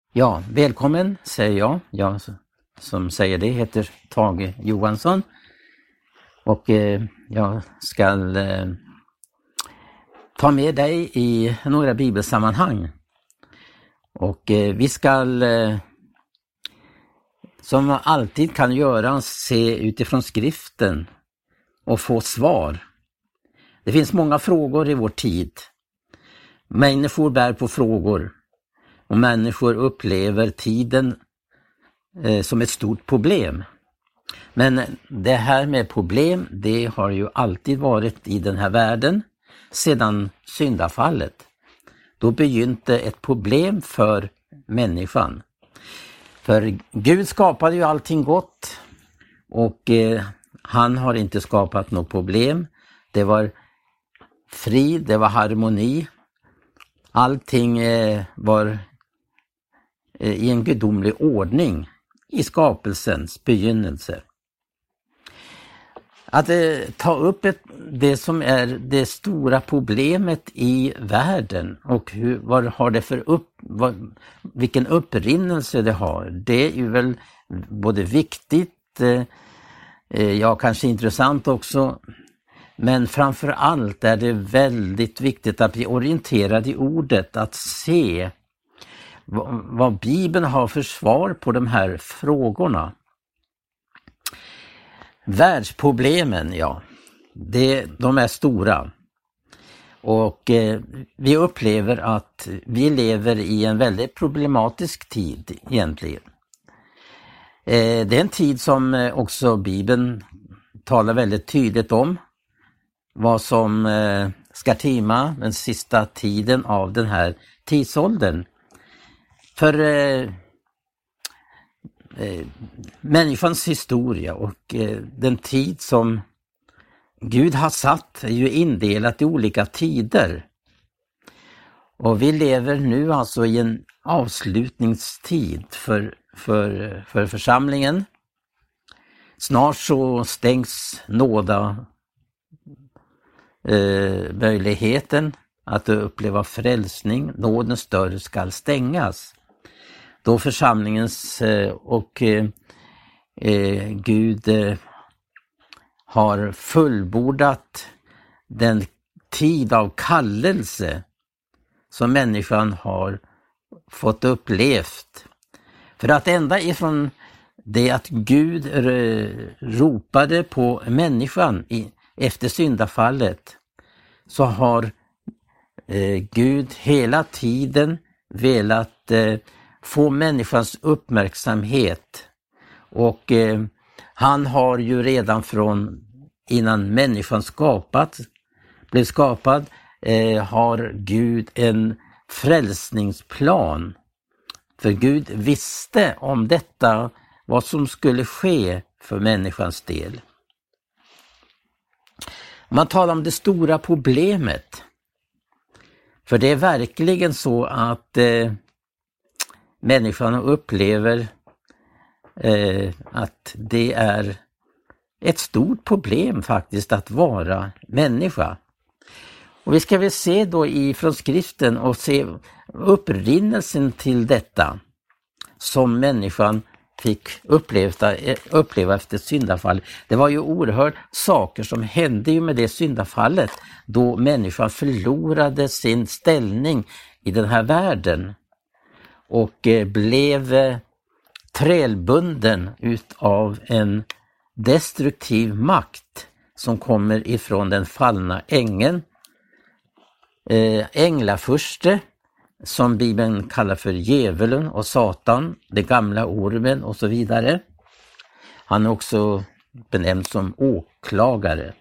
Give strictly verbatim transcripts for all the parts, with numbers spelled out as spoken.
Ja, välkommen säger jag. Jag som säger det heter Tage Johansson. Och eh, jag ska eh, ta med dig i några bibelsammanhang. Och eh, vi ska, eh, som man alltid kan göra, se utifrån skriften och få svar. Det finns många frågor i vår tid. Människor bär på frågor. Och människor upplever tiden eh, som ett stort problem. Men det här med problem, det har ju alltid varit i den här världen sedan syndafallet. Då begynte ett problem för människan. För Gud skapade ju allting gott och eh, han har inte skapat något problem. Det var frid, det var harmoni. Allting eh, var i en gudomlig ordning i skapelsens begynnelse. Att eh, ta upp ett, det som är det stora problemet i världen och hur, vad har det för upp, vad, vilken upprinnelse det har, det är ju väl både viktigt, eh, ja kanske intressant också, men framför allt är det väldigt viktigt att bli orienterad i ordet, att se vad Bibeln har för svar på de här frågorna. Världsproblemen, ja, det, de är stora. Och eh, vi upplever att vi lever i en väldigt problematisk tid egentligen. Eh, det är en tid som också Bibeln talar väldigt tydligt om. Vad som eh, ska timma den sista tiden av den här tidsåldern. För eh, eh, människans historia och eh, den tid som Gud har satt är ju indelat i olika tider. Och vi lever nu alltså i en avslutningstid för, för, för församlingen. Snart så stängs nåda eh, möjligheten att uppleva frälsning. Nådens dörr ska stängas. Då församlingens eh, och eh, eh, Gud eh, har fullbordat den tid av kallelse som människan har fått upplevt. För att ända ifrån det att Gud eh, ropade på människan i, efter syndafallet, så har eh, Gud hela tiden velat eh, få människans uppmärksamhet. Och eh, han har ju redan från innan människan skapat, blev skapad, eh, har Gud en frälsningsplan. För Gud visste om detta, vad som skulle ske för människans del. Man talar om det stora problemet. För det är verkligen så att eh, människan upplever eh, att det är ett stort problem faktiskt att vara människa. Och vi ska väl se då ifrån skriften och se upprinnelsen till detta som människan fick uppleva, uppleva efter syndafall. Det var ju oerhört saker som hände ju med det syndafallet, då människan förlorade sin ställning i den här världen och blev trälbunden utav en destruktiv makt som kommer ifrån den fallna ängeln, äh, änglafurste, som Bibeln kallar för djävulen och Satan, det gamla ormen och så vidare. Han är också benämnd som åklagare.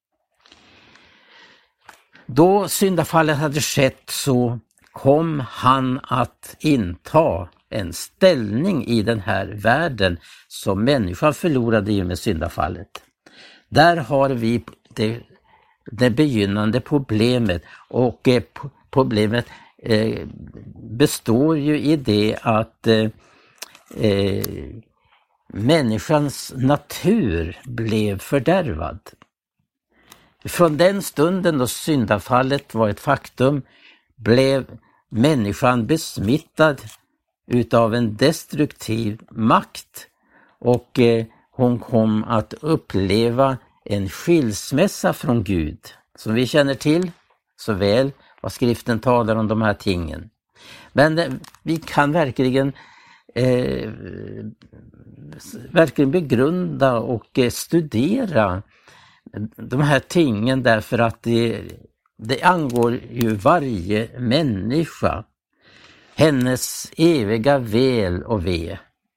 Då syndafallet hade skett så kom han att inta en ställning i den här världen som människan förlorade i och med syndafallet. Där har vi det, det begynnande problemet, och eh, problemet eh, består ju i det att eh, eh, människans natur blev fördärvad. Från den stunden då syndafallet var ett faktum blev människan besmittad utav en destruktiv makt och eh, hon kom att uppleva en skilsmässa från Gud, som vi känner till så väl vad skriften talar om de här tingen. Men eh, vi kan verkligen eh, verkligen begrunda och eh, studera de här tingen, därför att det, det angår ju varje människa, hennes eviga väl och ve,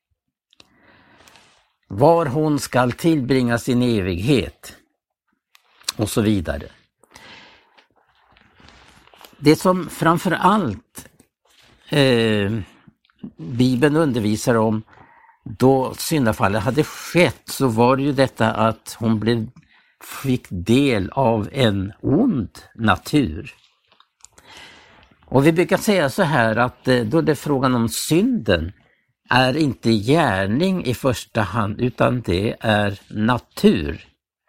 var hon skall tillbringa sin evighet och så vidare. Det som framför allt eh, Bibeln undervisar om då syndafallet hade skett, så var det ju detta att hon blev, fick del av en ond natur. Och vi brukar säga så här att eh, då det är frågan om synden är inte gärning i första hand, utan det är natur.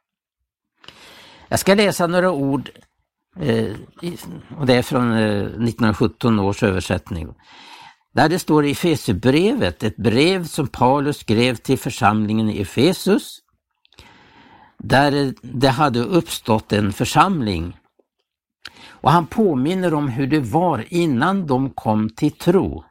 Jag ska läsa några ord, eh, och det är från eh, nittonhundrasjutton års översättning. Där det står i Efesierbrevet, ett brev som Paulus skrev till församlingen i Efesus, där det hade uppstått en församling. Och han påminner om hur det var innan de kom till tro.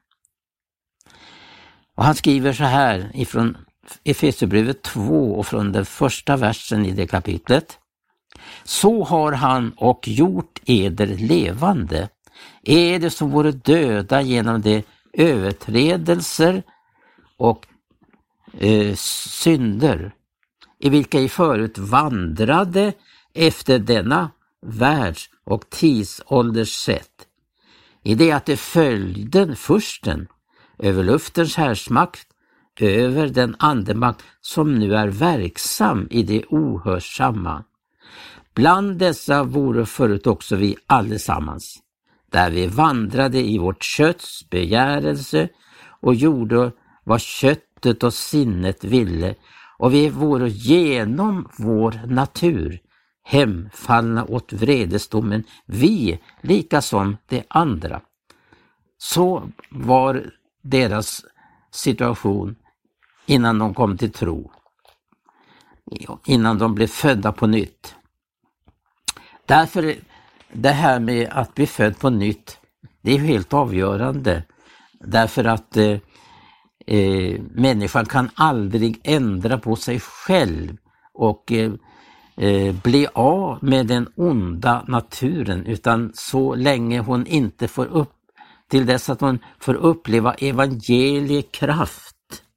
Och han skriver så här ifrån Efesierbrevet två och från den första versen i det kapitlet. Så har han och gjort eder levande, eder som vore döda genom de överträdelser och eh, synder, i vilka i förut vandrade efter denna världs och tidsålders sätt, i det att det följde försten över luftens härsmakt, över den andemakt som nu är verksam i det ohörsamma. Bland dessa vore förut också vi allesammans, där vi vandrade i vårt kötts begärelse och gjorde vad köttet och sinnet ville, och vi vore genom vår natur hemfallna åt vredesdomen, vi lika som de andra. Så var deras situation innan de kom till tro, innan de blev födda på nytt. Därför det här med att bli född på nytt, det är helt avgörande, därför att eh, eh, människan kan aldrig ändra på sig själv och eh, eh, bli av med den onda naturen, utan så länge hon inte får upp till dess att hon får uppleva evangeliekraft,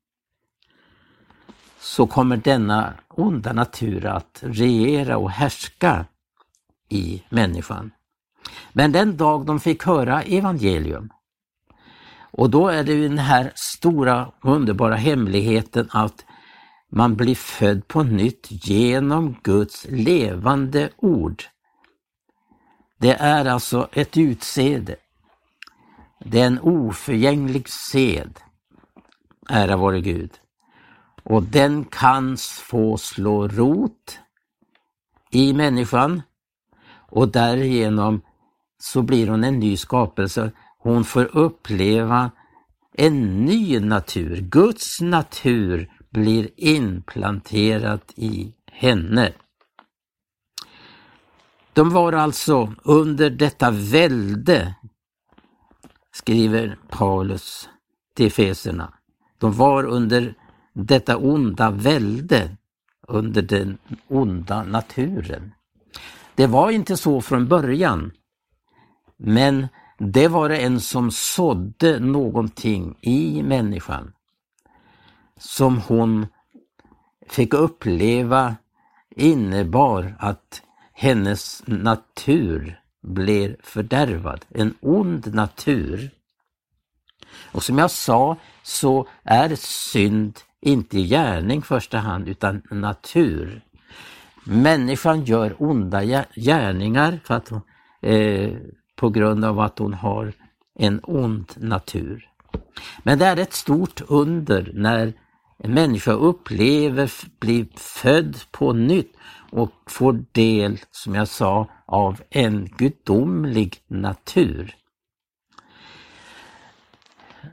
så kommer denna onda natur att regera och härska i människan. Men den dag de fick höra evangelium, och då är det ju den här stora underbara hemligheten att man blir född på nytt genom Guds levande ord. Det är alltså ett utsäde. Det är en oförgänglig sed, ära vare Gud. Och den kan få slå rot i människan, och därigenom så blir hon en ny skapelse. Hon får uppleva en ny natur. Guds natur blir implanterad i henne. De var alltså under detta välde, skriver Paulus till Efeserna. De var under detta onda välde, under den onda naturen. Det var inte så från början, men det var en som sådde någonting i människan som hon fick uppleva innebar att hennes natur blev fördärvad, en ond natur. Och som jag sa så är synd inte gärning första hand utan natur. Människan gör onda gärningar för att, eh, på grund av att hon har en ond natur. Men det är ett stort under när en människa upplever, blir född på nytt och får del, som jag sa, av en gudomlig natur.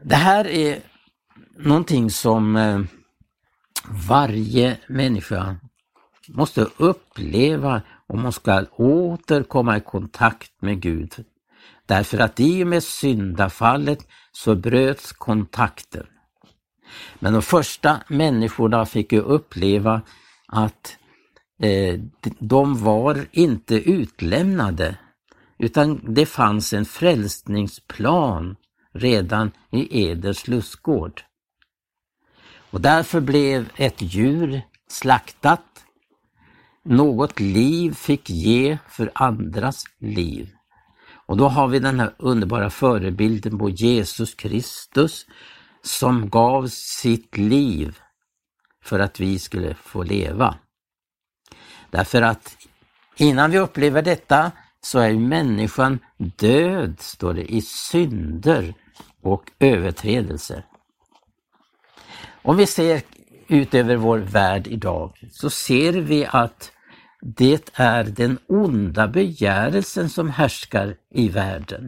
Det här är någonting som eh, varje människa måste uppleva om man ska åter komma i kontakt med Gud. Därför att i och med syndafallet så bröts kontakten. Men de första människorna fick ju uppleva att eh, de var inte utlämnade, utan det fanns en frälsningsplan redan i Edens lustgård. Och därför blev ett djur slaktat. Något liv fick ge för andras liv. Och då har vi den här underbara förebilden på Jesus Kristus som gav sitt liv för att vi skulle få leva. Därför att innan vi upplever detta så är människan död, står det, i synder och överträdelser. Om vi ser ut över vår värld idag så ser vi att det är den onda begärelsen som härskar i världen.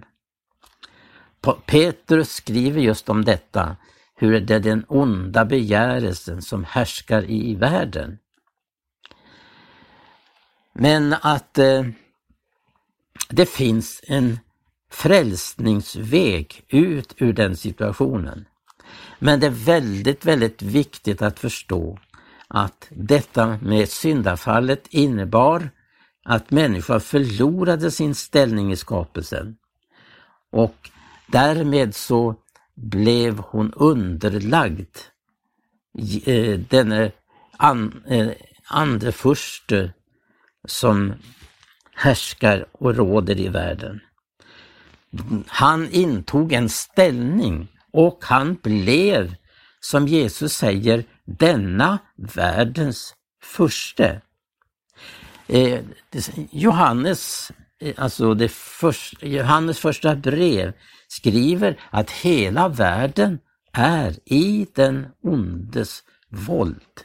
Petrus skriver just om detta, hur det är den onda begärelsen som härskar i världen. Men att eh, det finns en frälsningsväg ut ur den situationen. Men det är väldigt, väldigt viktigt att förstå att detta med syndafallet innebar att människan förlorade sin ställning i skapelsen. Och därmed så blev hon underlagd eh, denne an, eh, andre furste som härskar och råder i världen. Han intog en ställning och han blev, som Jesus säger, denna världens furste. Eh, Johannes, alltså det första, Johannes första brev skriver att hela världen är i den ondes våld.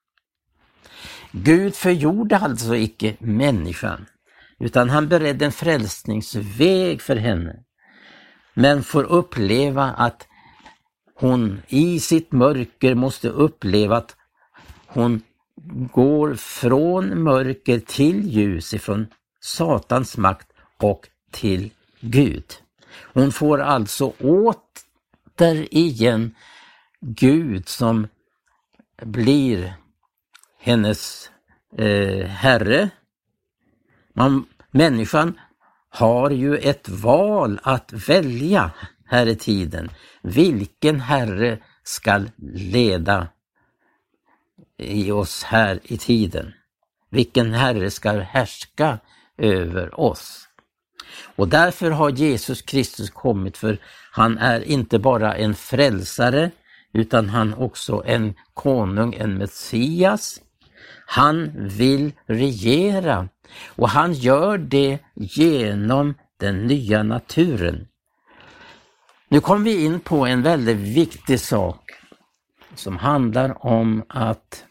Gud förgjorde alltså icke människan, utan han beredde en frälsningsväg för henne. Men får uppleva att hon i sitt mörker måste uppleva att hon går från mörker till ljus, ifrån Satans makt och till Gud. Hon får alltså återigen Gud som blir hennes eh, herre. Man, människan har ju ett val att välja här i tiden. Vilken herre ska leda i oss här i tiden? Vilken herre ska härska över oss? Och därför har Jesus Kristus kommit, för han är inte bara en frälsare utan han också en konung, en Messias. Han vill regera och han gör det genom den nya naturen. Nu kommer vi in på en väldigt viktig sak som handlar om att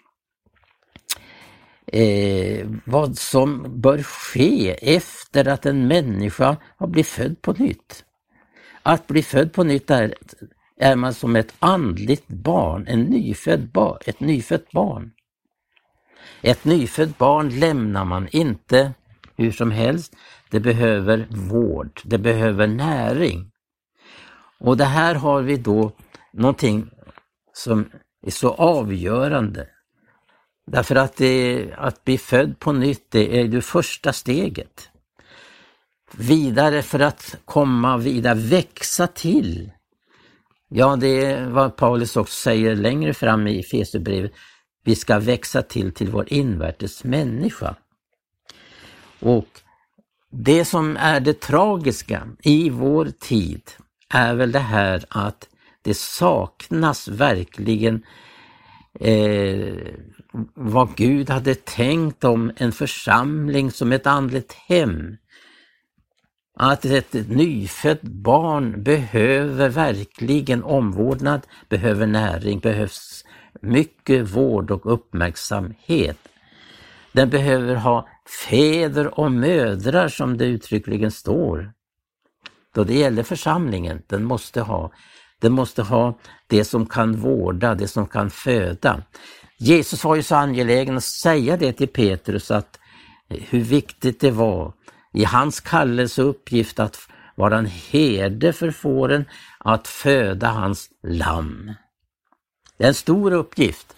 eh, vad som bör ske efter att en människa har blivit född på nytt. Att bli född på nytt är, är man som ett andligt barn, en nyfödd barn, ett nyfött barn. Ett nyfött barn lämnar man inte hur som helst. Det behöver vård, det behöver näring. Och det här har vi då någonting som är så avgörande. Därför att, det, att bli född på nytt, det är det första steget. Vidare för att komma vidare, växa till. Ja, det är vad Paulus också säger längre fram i Efesierbrevet. Vi ska växa till till vår invärtes människa. Och det som är det tragiska i vår tid är väl det här att det saknas verkligen eh, vad Gud hade tänkt om en församling som ett andligt hem. Att ett nyfött barn behöver verkligen omvårdnad, behöver näring, behövs mycket vård och uppmärksamhet. Den behöver ha fäder och mödrar, som det uttryckligen står. Då det gäller församlingen, den måste ha Det måste ha det som kan vårda, det som kan föda. Jesus var ju så angelägen att säga det till Petrus, att hur viktigt det var i hans kallelse och uppgift att vara en herde för fåren, att föda hans lamm. Det är en stor uppgift.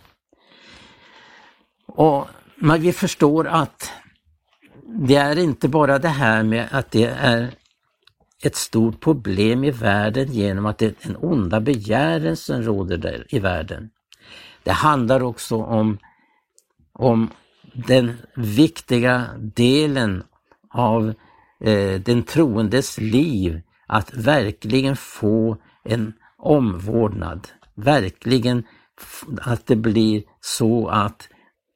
Och man vi förstår att det är inte bara det här med att det är ett stort problem i världen genom att det är en onda begärelsen råder där i världen. Det handlar också om, om den viktiga delen av eh, den troendes liv, att verkligen få en omvårdnad. Verkligen att det blir så att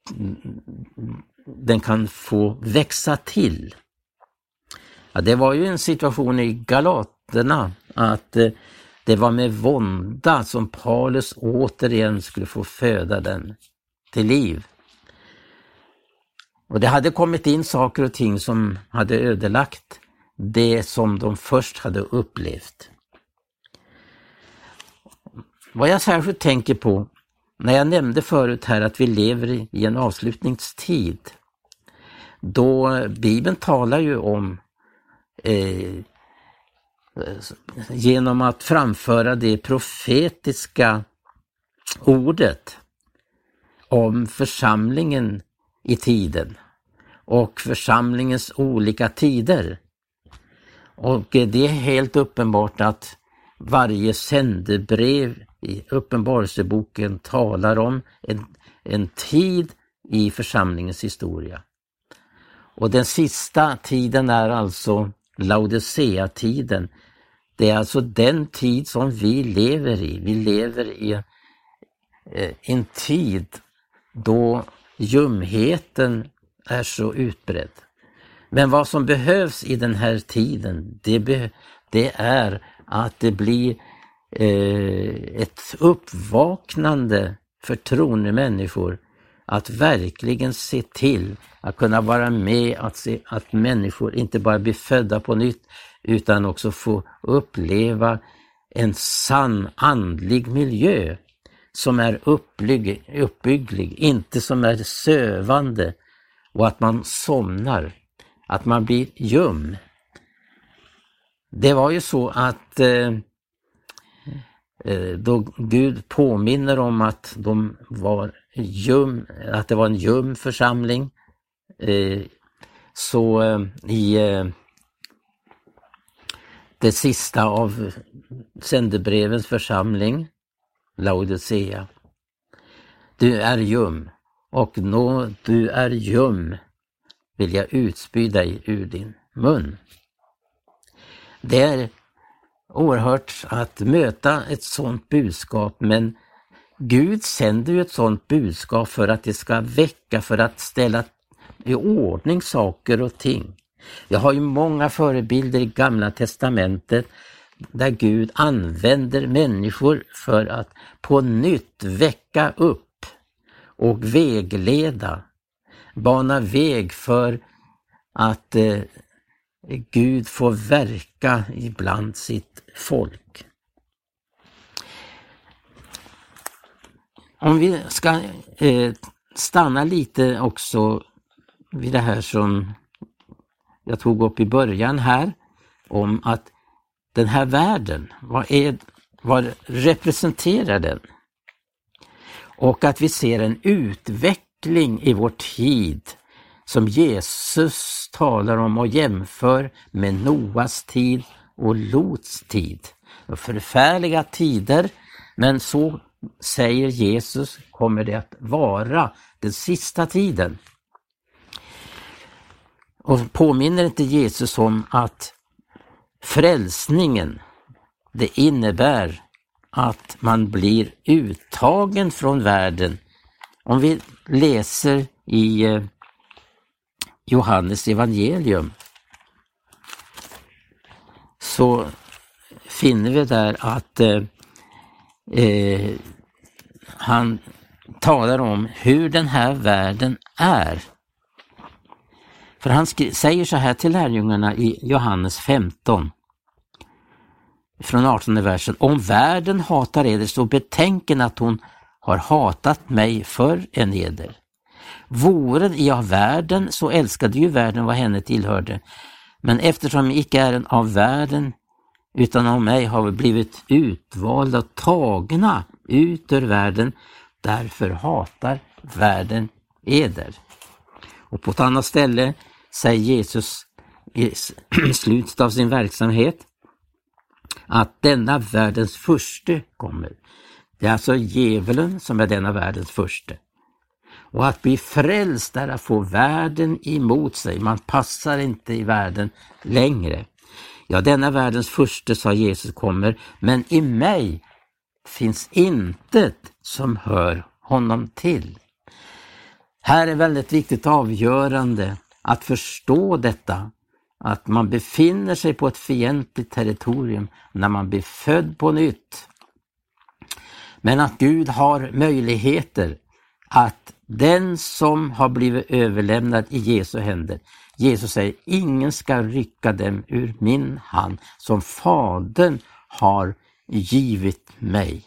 den kan få växa till. Ja, det var ju en situation i Galaterna att eh, det var med vånda som Paulus återigen skulle få föda den till liv. Och det hade kommit in saker och ting som hade ödelagt det som de först hade upplevt. Vad jag särskilt tänker på när jag nämnde förut här att vi lever i en avslutningstid, då Bibeln talar ju om eh, genom att framföra det profetiska ordet om församlingen i tiden och församlingens olika tider. Och det är helt uppenbart att varje sändebrev i Uppenbarelseboken talar om en, en tid i församlingens historia. Och den sista tiden är alltså Laodicea-tiden. Det är alltså den tid som vi lever i. Vi lever i en, en tid då ljumheten är så utbredd. Men vad som behövs i den här tiden, det, be, det är att det blir eh, ett uppvaknande för troende människor att verkligen se till att kunna vara med, att se att människor inte bara blir födda på nytt utan också få uppleva en sann andlig miljö som är uppbygg, uppbygglig, inte som är sövande, och att man somnar, att man blir ljum. Det var ju så att eh, då Gud påminner om att de var ljum, att det var en ljum församling, eh, så eh, i eh, det sista av sändebrevens församling, Laodicea: du är ljum, och nå du är ljum vill jag utspy dig ur din mun. Det är oerhört att möta ett sådant budskap, men Gud sänder ju ett sådant budskap för att det ska väcka, för att ställa i ordning saker och ting. Jag har ju många förebilder i Gamla testamentet där Gud använder människor för att på nytt väcka upp och vägleda, bana väg för att eh, Gud får verka ibland sitt folk. Om vi ska eh, stanna lite också vid det här som jag tog upp i början här, om att den här världen, vad, är, vad representerar den? Och att vi ser en utveckling i vår tid som Jesus talar om och jämför med Noas tid och Lots tid. Förfärliga tider, men så säger Jesus kommer det att vara den sista tiden. Och påminner inte Jesus om att frälsningen, det innebär att man blir uttagen från världen. Om vi läser i eh, Johannes evangelium så finner vi där att eh, eh, han talar om hur den här världen är. För han skri- säger så här till lärjungarna i Johannes femton. från artonde versen. Om världen hatar eder, så betänken att hon har hatat mig förr än eder. Vore i av världen, så älskade ju världen vad henne tillhörde. Men eftersom jag icke är en av världen, utan av mig har vi blivit utvalda och tagna ut ur världen, därför hatar världen eder. Och på ett annat ställe säger Jesus i slutet av sin verksamhet att denna världens förste kommer. Det är alltså djävulen som är denna världens förste. Och att bli frälst är att få världen emot sig. Man passar inte i världen längre. Ja, denna världens förste, sa Jesus, kommer, men i mig finns intet som hör honom till. Här är väldigt viktigt avgörande att förstå detta, att man befinner sig på ett fientligt territorium när man blir född på nytt. Men att Gud har möjligheter att den som har blivit överlämnad i Jesu händer, Jesus säger, ingen ska rycka dem ur min hand som Fadern har givit mig.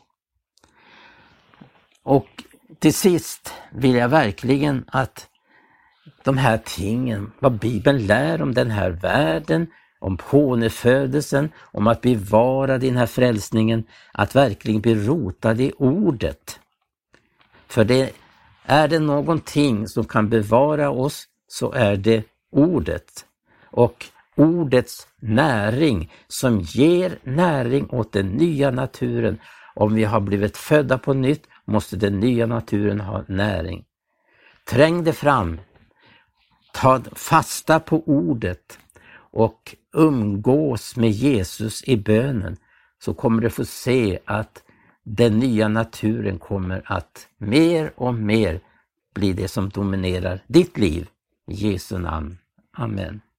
Och till sist vill jag verkligen att de här tingen, vad Bibeln lär om den här världen, om pånyttfödelsen, om att bevara den här frälsningen, att verkligen bli rotad i ordet. För det är det någonting som kan bevara oss, så är det ordet. Och ordets näring som ger näring åt den nya naturen. Om vi har blivit födda på nytt måste den nya naturen ha näring. Träng det fram. Ta fasta på ordet och umgås med Jesus i bönen, så kommer du få se att den nya naturen kommer att mer och mer bli det som dominerar ditt liv. I Jesu namn. Amen.